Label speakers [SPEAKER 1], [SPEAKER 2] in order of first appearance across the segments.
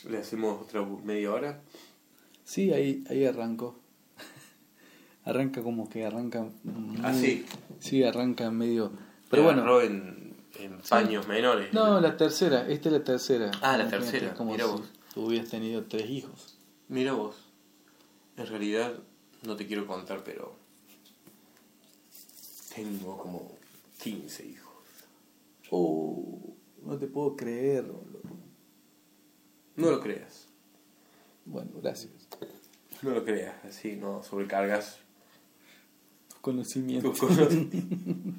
[SPEAKER 1] ¿Le hacemos otra media hora?
[SPEAKER 2] Sí, ahí arrancó. Arranca como que arranca...
[SPEAKER 1] ¿Así?
[SPEAKER 2] Sí, arranca medio...
[SPEAKER 1] Pero
[SPEAKER 2] Pero
[SPEAKER 1] agarró
[SPEAKER 2] bueno...
[SPEAKER 1] en paños menores.
[SPEAKER 2] No, la tercera. Esta es la tercera.
[SPEAKER 1] Ah, la
[SPEAKER 2] Imagínate,
[SPEAKER 1] tercera.
[SPEAKER 2] como
[SPEAKER 1] Mirá
[SPEAKER 2] si
[SPEAKER 1] vos.
[SPEAKER 2] tú hubieras tenido 3 hijos.
[SPEAKER 1] Mira vos. En realidad, no te quiero contar, pero... tengo como 15 hijos.
[SPEAKER 2] No te puedo creer, boludo.
[SPEAKER 1] No lo creas.
[SPEAKER 2] Bueno, gracias.
[SPEAKER 1] No lo creas. Así no sobrecargas
[SPEAKER 2] Tus conocimientos.
[SPEAKER 1] tus conocimientos.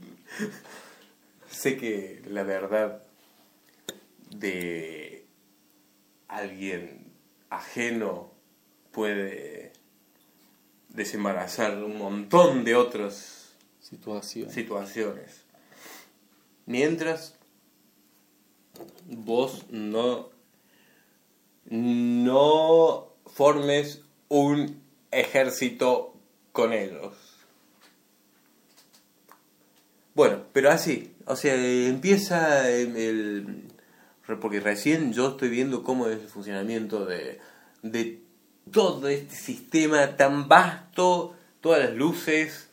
[SPEAKER 1] Sé que la verdad de alguien ajeno puede desembarazar un montón de otras situaciones. Mientras vos no formes un ejército con ellos. Bueno, pero así, o sea, empieza porque recién yo estoy viendo cómo es el funcionamiento de todo este sistema tan vasto, todas las luces,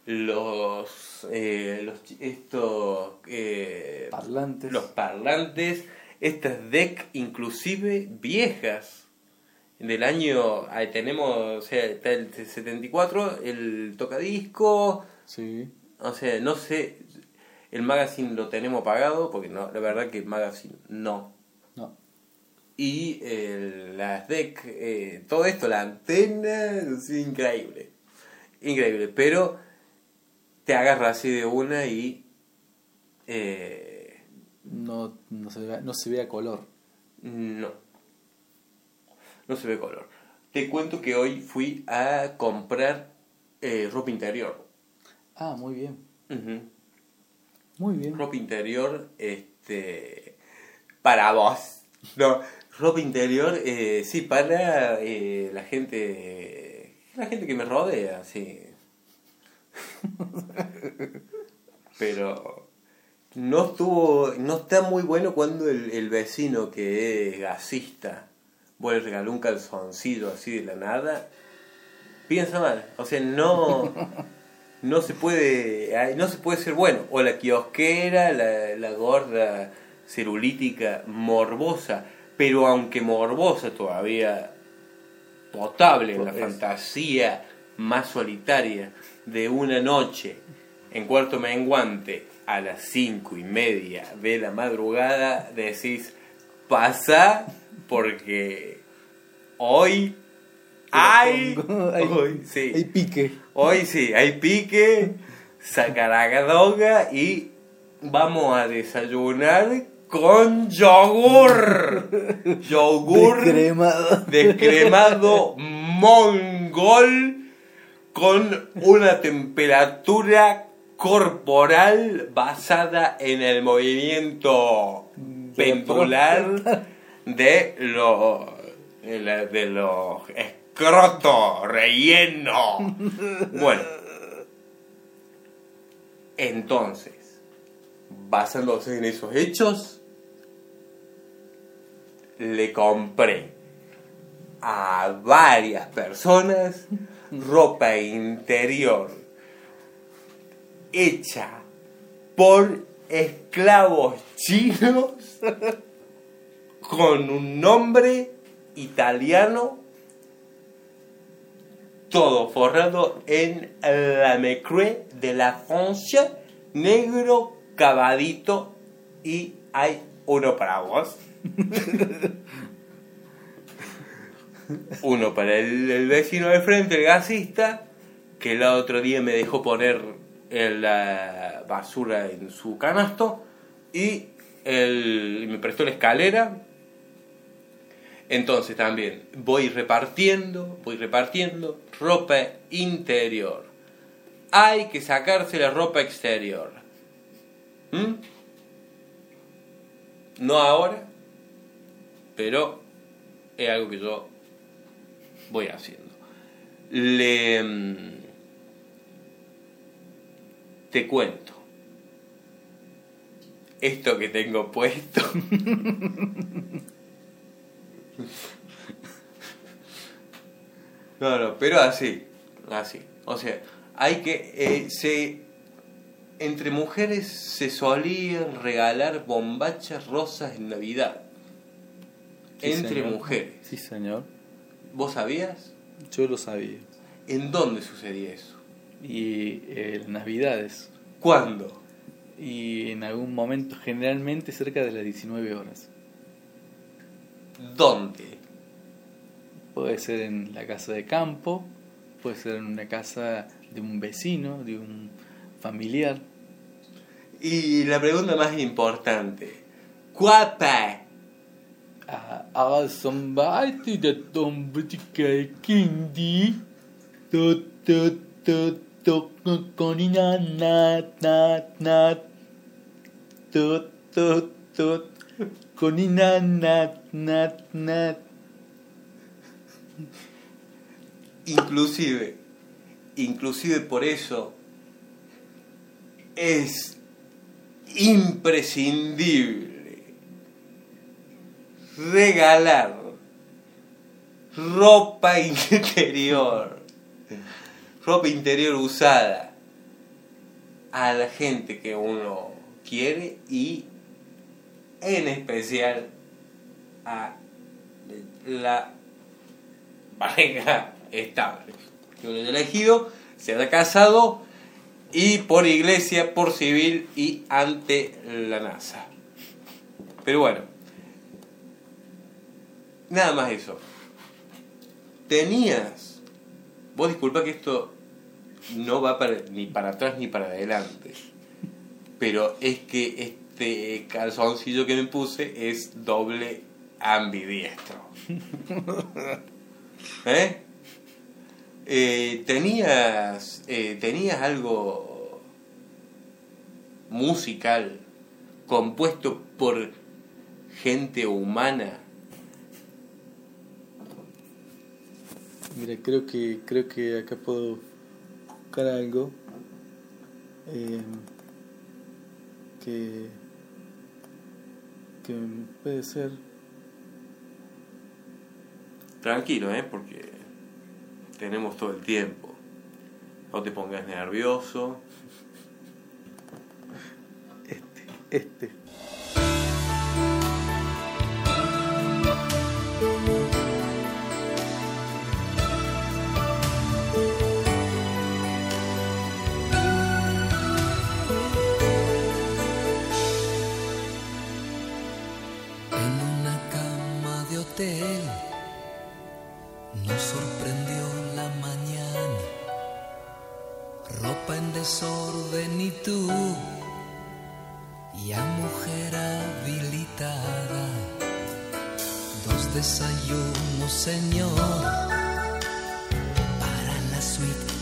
[SPEAKER 1] parlantes, estas DEC inclusive viejas. Del año, ahí tenemos, o sea, está el 74, el tocadisco.
[SPEAKER 2] Sí.
[SPEAKER 1] O sea, no sé, el magazine lo tenemos pagado, porque no, la verdad que el magazine no. Y las DEC, todo esto, la antena, es increíble. Increíble, pero te agarras así de una y...
[SPEAKER 2] no se ve a color.
[SPEAKER 1] No se ve color. Te cuento que hoy fui a comprar ropa interior.
[SPEAKER 2] Ah, muy bien.
[SPEAKER 1] Uh-huh.
[SPEAKER 2] Muy bien.
[SPEAKER 1] Ropa interior, para vos. No, ropa interior, sí, para la gente que me rodea, sí. Pero no está muy bueno cuando el vecino que es gasista vos le regaló un calzoncillo así de la nada. Piensa mal, o sea, no se puede ser bueno. O la kiosquera, la gorda celulítica morbosa, pero aunque morbosa todavía potable en la fantasía más solitaria de una noche en Cuarto Menguante a las 5:30 de la madrugada, decís, pasa porque hoy hay
[SPEAKER 2] pique.
[SPEAKER 1] Hoy sí, hay pique, sacaradoga y vamos a desayunar con yogur. Yogur descremado mongol con una temperatura corporal basada en el movimiento pendular de los escrotos relleno. Bueno, entonces, basándose en esos hechos, le compré a varias personas ropa interior hecha por esclavos chinos con un nombre italiano, todo forrado en la Mécré de la Francia, negro, cavadito, y hay uno para vos. Uno para el vecino del frente, el gasista, que el otro día me dejó poner la basura en su canasto, y me prestó la escalera. Entonces también voy repartiendo ropa interior. Hay que sacarse la ropa exterior. No ahora, pero es algo que yo voy haciendo. Te cuento. Esto que tengo puesto No, pero así. O sea, hay que... entre mujeres se solían regalar bombachas rosas en Navidad.
[SPEAKER 2] Sí,
[SPEAKER 1] entre
[SPEAKER 2] señor.
[SPEAKER 1] Mujeres.
[SPEAKER 2] Sí, señor.
[SPEAKER 1] ¿Vos sabías?
[SPEAKER 2] Yo lo sabía.
[SPEAKER 1] ¿En dónde sucedía eso?
[SPEAKER 2] Y las Navidades.
[SPEAKER 1] ¿Cuándo?
[SPEAKER 2] Y en algún momento, generalmente cerca de las 19 horas.
[SPEAKER 1] ¿Dónde?
[SPEAKER 2] Puede ser en la casa de campo, puede ser en una casa de un vecino, de un familiar.
[SPEAKER 1] Y la pregunta más importante. ¿Cuápa?
[SPEAKER 2] Somebody that don't candy. Conina nat. Conina nat.
[SPEAKER 1] Inclusive por eso es imprescindible regalar ropa interior usada a la gente que uno quiere y en especial a la pareja estable que uno haya elegido, se haya casado y por iglesia, por civil y ante la NASA. Pero bueno, nada más eso. Vos disculpa que esto no va ni para atrás ni para adelante, pero es que este calzoncillo que me puse es doble ambidiestro. ¿Tenías algo musical compuesto por gente humana?
[SPEAKER 2] Mira, creo que acá puedo buscar algo que puede ser.
[SPEAKER 1] Tranquilo, porque tenemos todo el tiempo. No te pongas nervioso.
[SPEAKER 2] Este.
[SPEAKER 3] Nos sorprendió la mañana, ropa en desorden y tú, ya mujer habilitada, 2 desayunos, señor, para la suite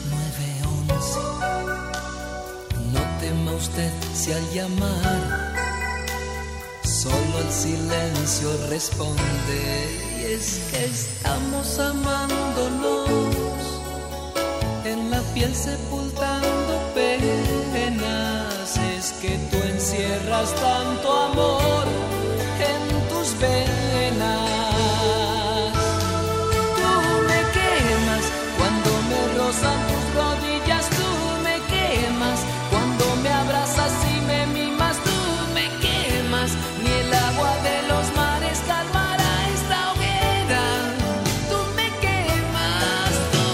[SPEAKER 3] 911. No tema usted si al llamar solo el silencio responde. Y es que estamos amándonos, en la piel sepultando penas. Es que tú encierras tanto amor en tus venas. Tú me quemas cuando me rozan tus rodillas. Tú me quemas cuando me abrazas y me mimas. Tú me quemas, ni el agua de los mares calmará esta hoguera. Tú me quemas,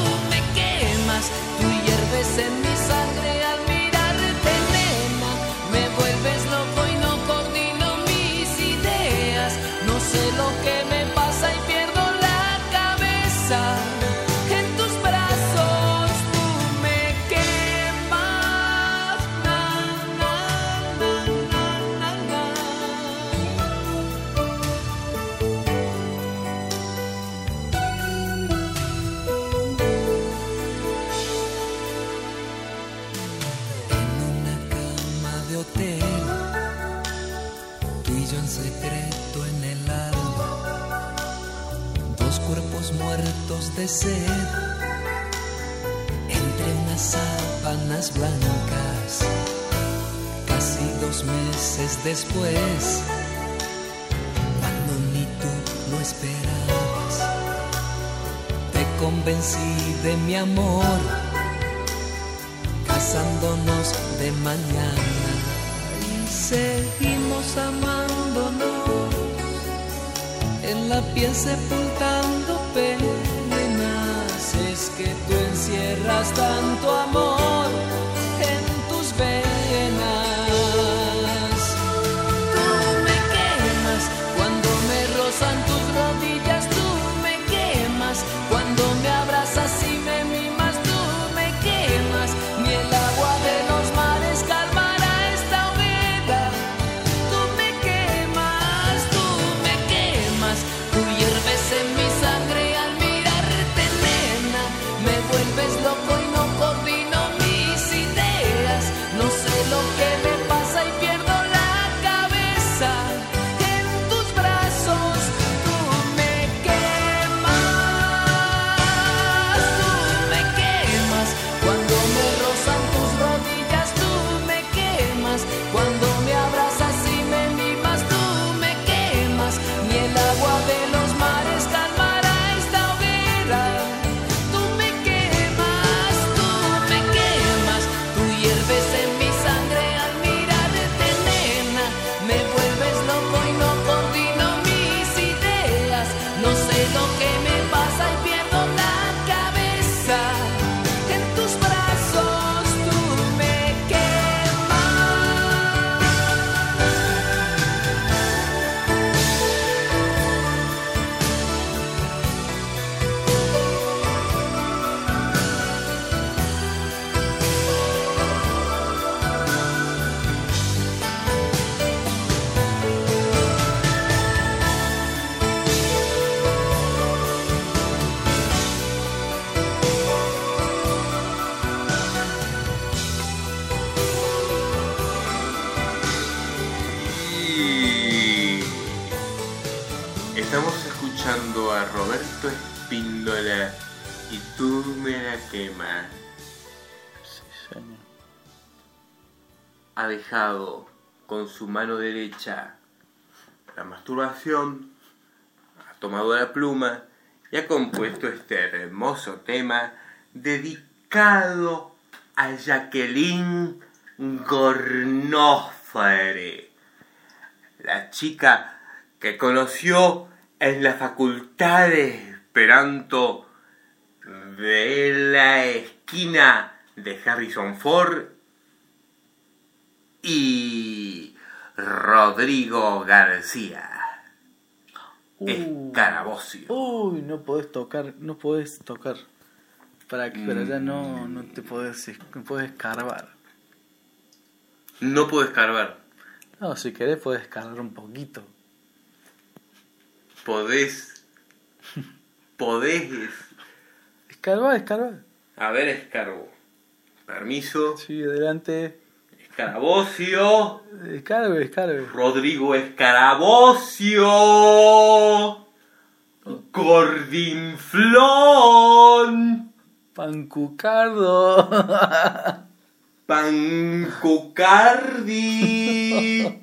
[SPEAKER 3] tú hierves en mi sangre al mirarte, nena. Me vuelves loco y no coordino mis ideas. No sé lo que me pasa y pierdo la cabeza. En tus brazos tú me quemas. Na, na, na, na, na, na. En una cama de hotel, tú y yo en secreto en el alma, 2 cuerpos muertos de sed, entre unas sábanas blancas, casi 2 meses después, cuando ni tú lo esperabas. convencí de mi amor, casándonos de mañana y seguimos amándonos, en la piel sepultando penas. Es que tú encierras tanto amor en tus venas. Tú me quemas cuando me rozan tus rodillas, tú me quemas cuando me abrazas y me mimas, tú me quemas, ni el agua de los mares calmará esta hoguera. Tú me quemas, tú hierves en mi sangre al mirarte, nena, me vuelves loco y no coordino mis ideas, no sé lo que me pasa y pierdo la cabeza en tus brazos. Tú me quemas cuando me rozan tus rodillas, tú me quemas cuando me abrazas y me mimas, tú me quemas, ni el agua de los mares calmará esta hoguera. Tú me quemas, tú hierves en mi sangre al mirarte, nena, me vuelves loco y no coordino mis ideas, no sé lo que me pasa y pierdo la cabeza en tus brazos. Tú me
[SPEAKER 1] Y estamos escuchando a Roberto Espíndola y Tú me la quemas.
[SPEAKER 2] Sí, señor.
[SPEAKER 1] Ha dejado con su mano derecha la masturbación, ha tomado la pluma y ha compuesto este hermoso tema dedicado a Jacqueline Gornofre, la chica que conoció en la facultad de Esperanto de la esquina de Harrison Ford y Rodrigo García. Escarabocio.
[SPEAKER 2] Uy, no podés tocar. Para allá no te podés escarbar.
[SPEAKER 1] No puedo escarbar.
[SPEAKER 2] No, si querés podés escarbar un poquito.
[SPEAKER 1] Podés.
[SPEAKER 2] Escarbar.
[SPEAKER 1] A ver, escarbo. Permiso.
[SPEAKER 2] Sí, adelante.
[SPEAKER 1] Escarabocio.
[SPEAKER 2] Escarbe.
[SPEAKER 1] Rodrigo Escarabocio. Gordinflón.
[SPEAKER 2] Pancucardo.
[SPEAKER 1] Pancucardi.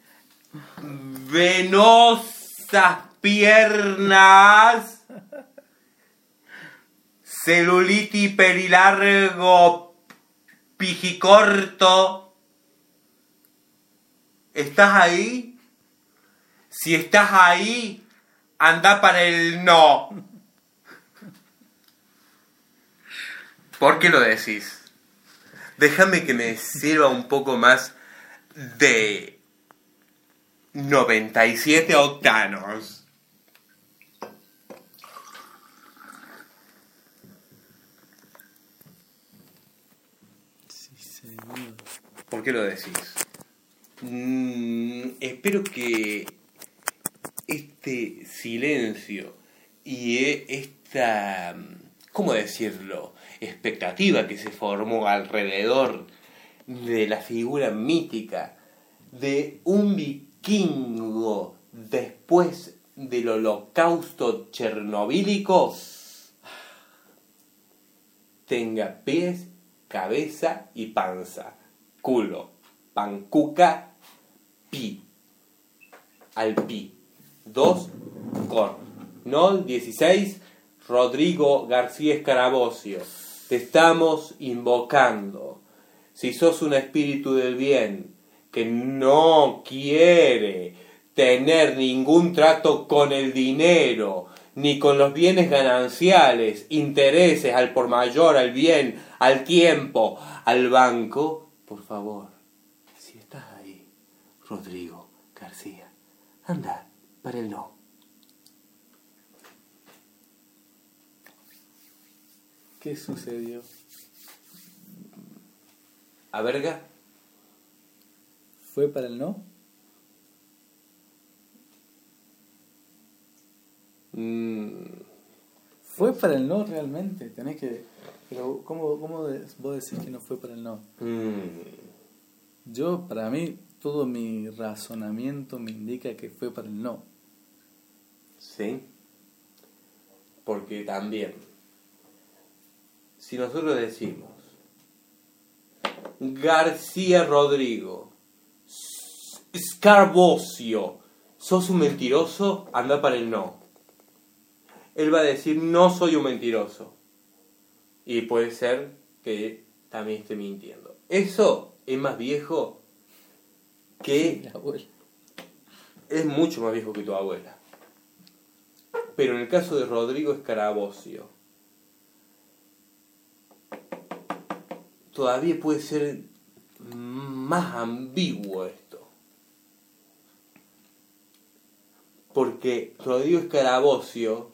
[SPEAKER 1] Venosas piernas. Celulitis perilargo. Pijicorto. ¿Estás ahí? Si estás ahí, anda para el no. ¿Por qué lo decís? Déjame que me sirva un poco más de 97 octanos.
[SPEAKER 2] Sí, señor.
[SPEAKER 1] ¿Por qué lo decís? Espero que este silencio y esta, ¿cómo decirlo?, expectativa que se formó alrededor de la figura mítica de un vikingo después del holocausto chernobílico tenga pies, cabeza y panza, culo, pancuca, pi, al pi, 2 con, no 16, Rodrigo García Escarabocio, te estamos invocando. Si sos un espíritu del bien que no quiere tener ningún trato con el dinero, ni con los bienes gananciales, intereses, al por mayor, al bien, al tiempo, al banco, por favor, si estás ahí, Rodrigo García, anda para el no.
[SPEAKER 2] ¿Qué sucedió?
[SPEAKER 1] ¿A verga?
[SPEAKER 2] ¿Fue para el no? ¿Fue para el no realmente? Tenés que... Pero ¿cómo vos decís que no fue para el no? Yo, para mí, todo mi razonamiento me indica que fue para el no.
[SPEAKER 1] Sí. Porque también, si nosotros decimos García Rodrigo Escarabocio, sos un mentiroso, anda para el no. Él va a decir, no soy un mentiroso. Y puede ser que también esté mintiendo. Eso es más viejo que...
[SPEAKER 2] La abuela.
[SPEAKER 1] Es mucho más viejo que tu abuela. Pero en el caso de Rodrigo Escarabocio, todavía puede ser más ambiguo esto. Porque Rodrigo Escarabocio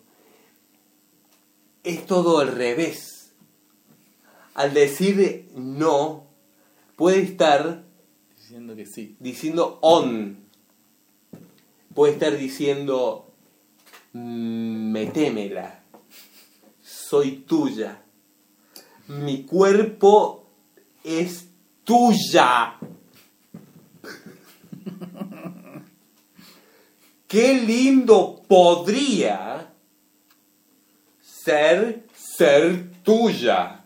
[SPEAKER 1] es todo al revés. Al decir no, puede estar
[SPEAKER 2] diciendo que sí.
[SPEAKER 1] Diciendo on. Puede estar diciendo metémela. Soy tuya. Mi cuerpo es tuya. Qué lindo podría ser tuya.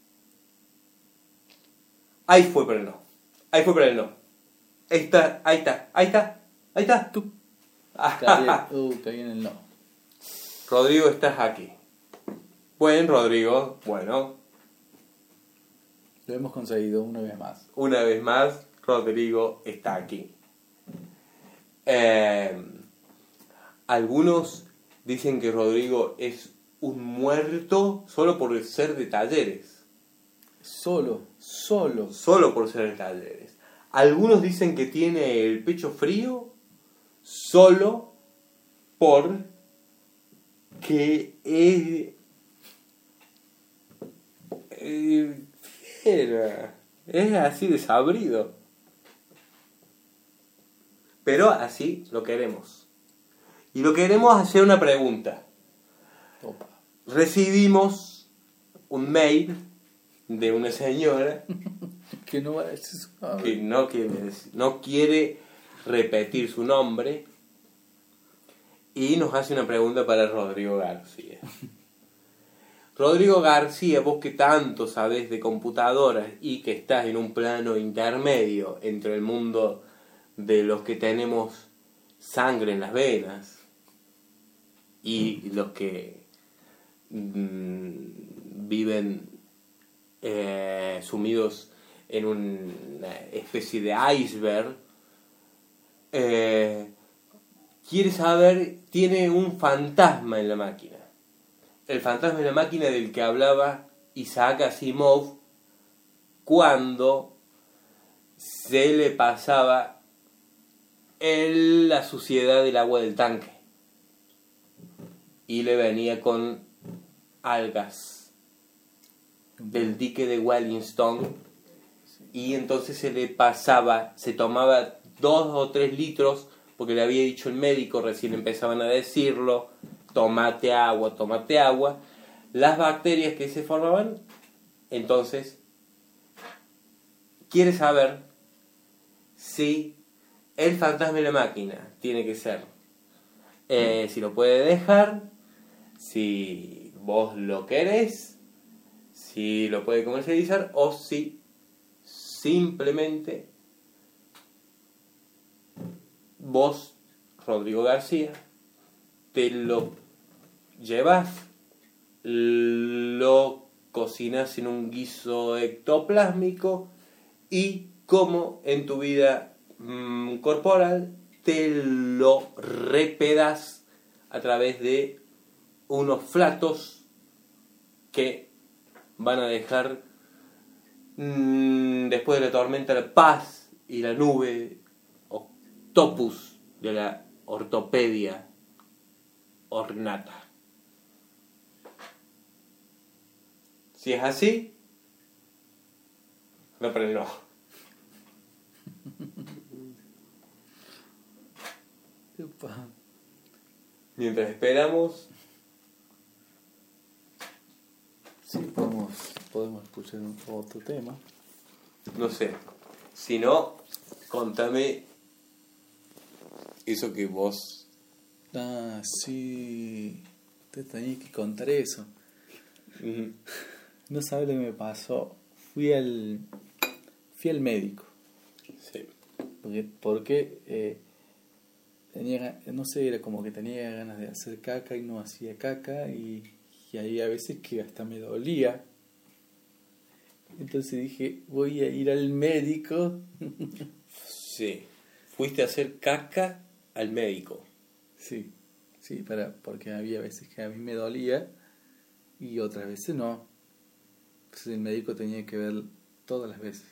[SPEAKER 1] Ahí fue para el no. Ahí fue para el no. Ahí está.
[SPEAKER 2] Tú. Caí en el no.
[SPEAKER 1] Rodrigo, estás aquí. Bueno, Rodrigo, bueno.
[SPEAKER 2] Lo hemos conseguido una vez más.
[SPEAKER 1] Una vez más, Rodrigo está aquí. Algunos dicen que Rodrigo es un muerto solo por ser de Talleres.
[SPEAKER 2] Solo.
[SPEAKER 1] Solo por ser de Talleres. Algunos dicen que tiene el pecho frío solo por que es así desabrido. Pero así lo queremos. Y lo queremos hacer una pregunta.
[SPEAKER 2] Opa.
[SPEAKER 1] Recibimos un mail de una señora
[SPEAKER 2] que no va a decir su nombre.
[SPEAKER 1] Que no quiere repetir su nombre y nos hace una pregunta para Rodrigo García. Rodrigo García, vos que tanto sabés de computadoras y que estás en un plano intermedio entre el mundo de los que tenemos sangre en las venas y los que viven sumidos en una especie de iceberg, quiere saber, tiene un fantasma en la máquina. El fantasma en la máquina del que hablaba Isaac Asimov cuando se le pasaba la suciedad del agua del tanque y le venía con algas del dique de Wellington y entonces se tomaba 2 o 3 litros porque le había dicho el médico, recién empezaban a decirlo, tomate agua, las bacterias que se formaban. Entonces quiere saber si el fantasma de la máquina tiene que ser, si lo puede dejar, si vos lo querés, si lo puede comercializar o si simplemente vos, Rodrigo García, te lo llevas lo cocinas en un guiso ectoplásmico y cómo en tu vida corporal te lo repedas a través de unos flatos que van a dejar después de la tormenta la paz y la nube octopus de la ortopedia ornata. Si es así, no, pero no.
[SPEAKER 2] Upa.
[SPEAKER 1] Mientras esperamos,
[SPEAKER 2] Sí, podemos escuchar otro tema.
[SPEAKER 1] no sé. Si no, contame eso que vos...
[SPEAKER 2] Ah, sí. Te tenía que contar eso. No sabes lo que me pasó. Fui al médico.
[SPEAKER 1] Sí.
[SPEAKER 2] Porque tenía, no sé, era como que tenía ganas de hacer caca y no hacía caca. Y había veces que hasta me dolía. Entonces dije, voy a ir al médico.
[SPEAKER 1] Sí. Fuiste a hacer caca al médico.
[SPEAKER 2] Sí, porque había veces que a mí me dolía y otras veces no. Entonces el médico tenía que ver todas las veces.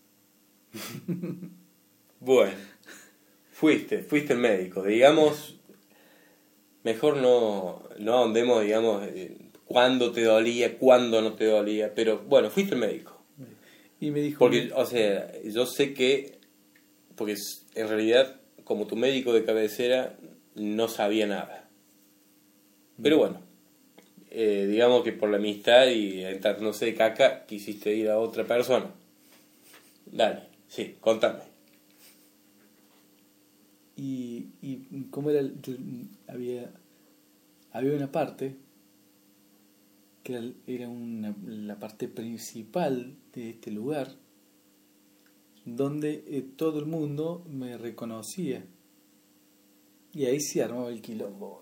[SPEAKER 1] Bueno, fuiste al médico. Digamos, mejor no ahondemos, digamos, cuándo te dolía, cuándo no te dolía. Pero bueno, fuiste al médico.
[SPEAKER 2] Y me dijo...
[SPEAKER 1] Porque, o sea, yo sé que, porque en realidad, como tu médico de cabecera, no sabía nada. Pero bueno, digamos que por la amistad y no sé, caca, quisiste ir a otra persona. Dale, sí, contame.
[SPEAKER 2] Y cómo era, había una parte que era la parte principal de este lugar, donde todo el mundo me reconocía. Y ahí se armó el quilombo.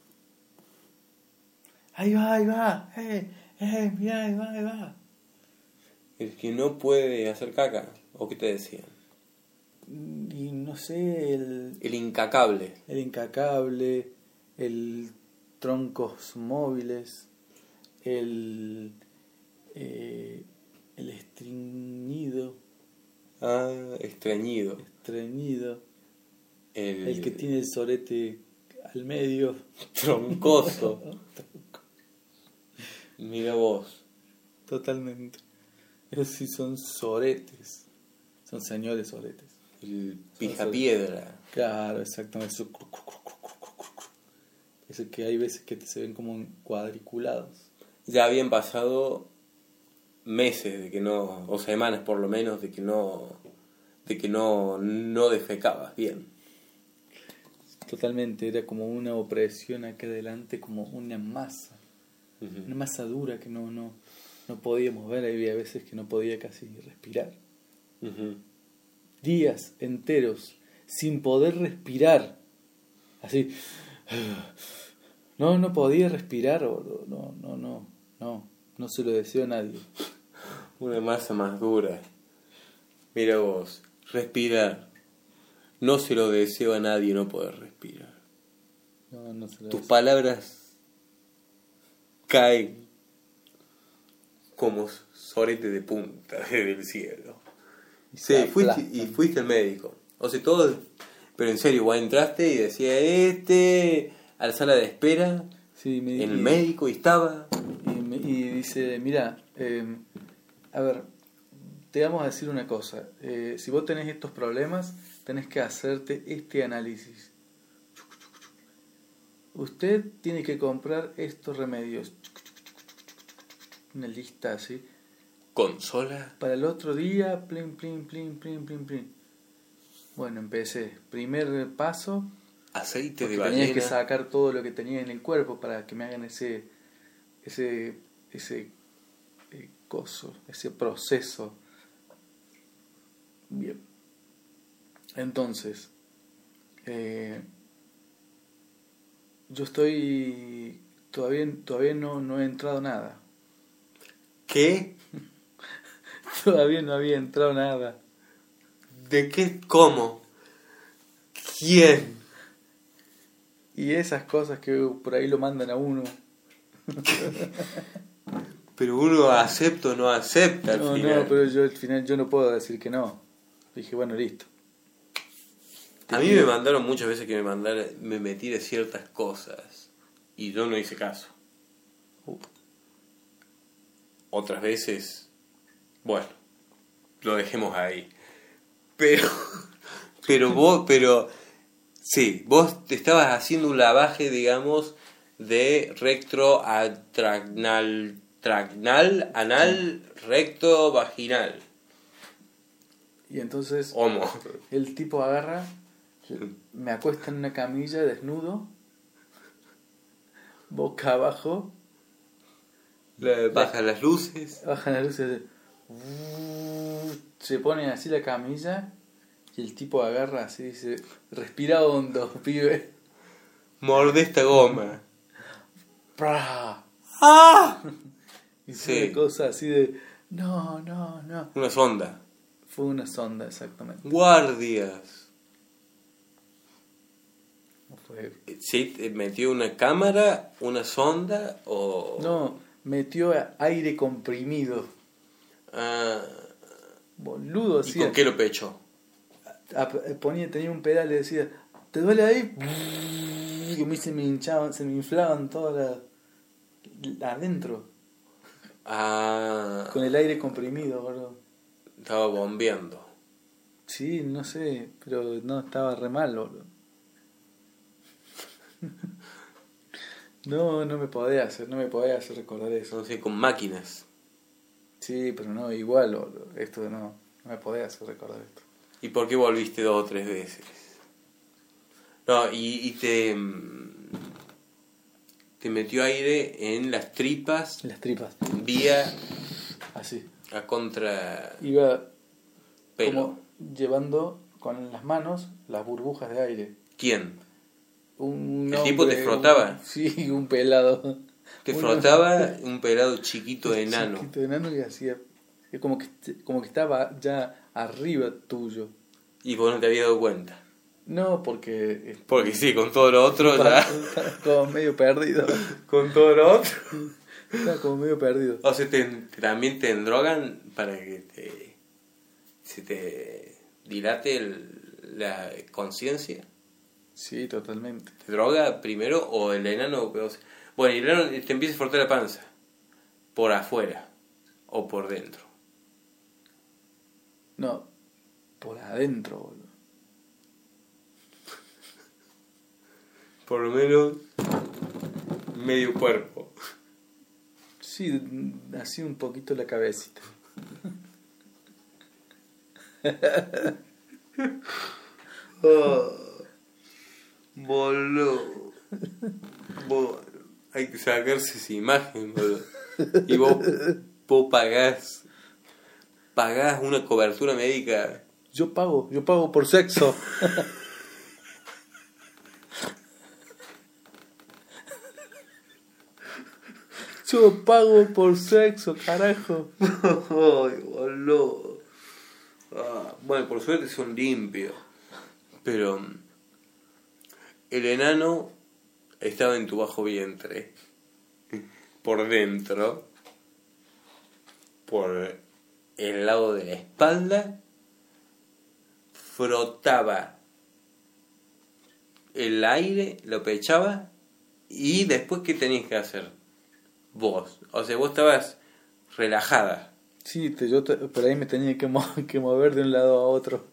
[SPEAKER 2] Ahí va, mirá, ahí va.
[SPEAKER 1] El que no puede hacer caca, ¿o qué te decían?
[SPEAKER 2] Y no sé,
[SPEAKER 1] El incacable.
[SPEAKER 2] el incacable, el troncos móviles, el estreñido.
[SPEAKER 1] Ah, estreñido.
[SPEAKER 2] El que tiene el sorete al medio.
[SPEAKER 1] Troncoso. Mira vos.
[SPEAKER 2] Totalmente. Esos sí son soretes. Son señores soretes.
[SPEAKER 1] El pijapiedra.
[SPEAKER 2] Claro, exactamente. Eso que hay veces que se ven como cuadriculados.
[SPEAKER 1] Ya habían pasado meses de que no, o semanas por lo menos, de que no defecabas bien.
[SPEAKER 2] Totalmente, era como una opresión acá adelante, como una masa. Una masa dura que no podíamos ver. Había veces que no podía casi respirar. Días enteros sin poder respirar. Así. No podía respirar. No se lo deseo a nadie.
[SPEAKER 1] Una masa más dura. Mira vos, respirar. No se lo deseo a nadie no poder respirar.
[SPEAKER 2] No se lo
[SPEAKER 1] Tus
[SPEAKER 2] deseo.
[SPEAKER 1] palabras caen como sorete de punta desde el cielo. Sí, fuiste al médico. O sea, todo... Pero en serio, vos entraste y decía a la sala de espera,
[SPEAKER 2] Sí,
[SPEAKER 1] en el médico, y estaba...
[SPEAKER 2] Y dice, mira, a ver, te vamos a decir una cosa. Si vos tenés estos problemas, tenés que hacerte este análisis. Usted tiene que comprar estos remedios. Una lista así.
[SPEAKER 1] ¿Consola?
[SPEAKER 2] Para el otro día, plin. Bueno, empecé. Primer paso.
[SPEAKER 1] Aceite de
[SPEAKER 2] Tenías
[SPEAKER 1] ballena.
[SPEAKER 2] que sacar todo lo que tenía en el cuerpo para que me hagan ese coso, ese proceso. Bien. Entonces, yo estoy Todavía no he entrado nada.
[SPEAKER 1] ¿Qué?
[SPEAKER 2] Todavía no había entrado nada.
[SPEAKER 1] ¿De qué? ¿Cómo? ¿Quién?
[SPEAKER 2] Y esas cosas que por ahí lo mandan a uno.
[SPEAKER 1] Pero uno acepta o no acepta al final.
[SPEAKER 2] No, pero yo al final yo no puedo decir que no. Dije, bueno, listo.
[SPEAKER 1] A mí me mandaron muchas veces que me metí de ciertas cosas y yo no hice caso. Otras veces, bueno, lo dejemos ahí. Pero vos te estabas haciendo un lavaje, digamos, de recto a tragnal, anal, recto, vaginal.
[SPEAKER 2] Y entonces
[SPEAKER 1] Homo.
[SPEAKER 2] el tipo agarra, me acuesta en una camilla desnudo, boca abajo,
[SPEAKER 1] Baja las luces.
[SPEAKER 2] bajan las luces, se pone así la camilla y el tipo agarra así, dice, respira hondo, pibe.
[SPEAKER 1] Morde esta goma.
[SPEAKER 2] ¡Pra!
[SPEAKER 1] ¡Ah!
[SPEAKER 2] Y fue
[SPEAKER 1] Sí.
[SPEAKER 2] una cosa así de, no.
[SPEAKER 1] Una sonda.
[SPEAKER 2] Fue una sonda, exactamente.
[SPEAKER 1] Guardias.
[SPEAKER 2] Fue...
[SPEAKER 1] ¿Sí? ¿Metió una cámara, una sonda o...?
[SPEAKER 2] No, metió aire comprimido.
[SPEAKER 1] Ah,
[SPEAKER 2] Boludo,
[SPEAKER 1] ¿y
[SPEAKER 2] así.
[SPEAKER 1] con qué lo pechó?
[SPEAKER 2] Tenía un pedal y le decía, ¿te duele ahí? Y a mí se me hinchaban, se me inflaban todas adentro.
[SPEAKER 1] Ah,
[SPEAKER 2] Con el aire comprimido, boludo.
[SPEAKER 1] estaba bombeando.
[SPEAKER 2] Sí, no sé, pero no, estaba re mal, boludo. No me podía hacer recordar eso.
[SPEAKER 1] No sé, con máquinas.
[SPEAKER 2] Sí, pero no, igual, boludo. Esto no me podía hacer recordar esto.
[SPEAKER 1] ¿Y por qué volviste 2 o 3 veces? No, y te metió aire en las tripas
[SPEAKER 2] Las tripas,
[SPEAKER 1] vía
[SPEAKER 2] así.
[SPEAKER 1] a contra
[SPEAKER 2] Iba
[SPEAKER 1] pelo.
[SPEAKER 2] como llevando con las manos las burbujas de aire.
[SPEAKER 1] ¿Quién?
[SPEAKER 2] Un
[SPEAKER 1] ¿El tipo te frotaba?
[SPEAKER 2] Sí, un pelado.
[SPEAKER 1] Te frotaba un pelado chiquito enano.
[SPEAKER 2] Chiquito enano y hacía como que estaba ya arriba tuyo.
[SPEAKER 1] Y vos no te habías dado cuenta.
[SPEAKER 2] No, porque
[SPEAKER 1] Porque sí, con todo lo otro ya...
[SPEAKER 2] estaba como medio perdido.
[SPEAKER 1] Con todo lo otro...
[SPEAKER 2] Estaba como medio perdido.
[SPEAKER 1] O sea, también te endrogan para que se te dilate la conciencia.
[SPEAKER 2] Sí, totalmente.
[SPEAKER 1] ¿Te droga primero o el enano? Bueno, el enano te empieza a frotar la panza. Por afuera o por dentro.
[SPEAKER 2] No, por adentro, boludo.
[SPEAKER 1] Por lo menos medio cuerpo.
[SPEAKER 2] Sí, así un poquito la cabecita.
[SPEAKER 1] Boludo. Hay que sacarse esa imagen, boludo. Y vos pagás una cobertura médica.
[SPEAKER 2] Yo pago por sexo. Yo pago por sexo, carajo.
[SPEAKER 1] Ay, boludo. Bueno, por suerte son limpios. Pero el enano estaba en tu bajo vientre. Por dentro. Por el lado de la espalda. Frotaba el aire, lo pechaba. Y después, ¿qué tenías que hacer? Vos. O sea, vos estabas relajada.
[SPEAKER 2] Sí, por ahí me tenía que mover de un lado a otro.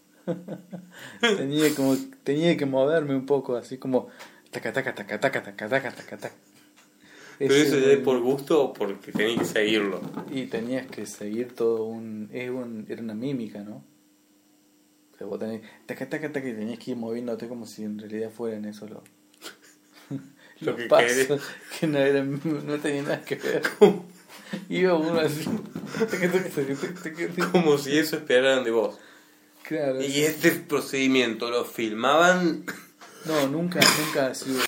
[SPEAKER 2] tenía que moverme un poco, así como taca taca taca taca taca taca taca taca.
[SPEAKER 1] ¿Pero eso ya es por gusto o porque tenías que seguirlo?
[SPEAKER 2] Y tenías que seguir todo era una mímica, ¿no? O sea, vos tenés taca taca taca y tenías que ir moviéndote como si en realidad fueran eso
[SPEAKER 1] Lo que
[SPEAKER 2] pasos
[SPEAKER 1] querés.
[SPEAKER 2] que no tenía nada que ver. Iba uno así.
[SPEAKER 1] Como si eso esperaran de vos.
[SPEAKER 2] Claro.
[SPEAKER 1] Y este procedimiento lo filmaban.
[SPEAKER 2] No, nunca ha sido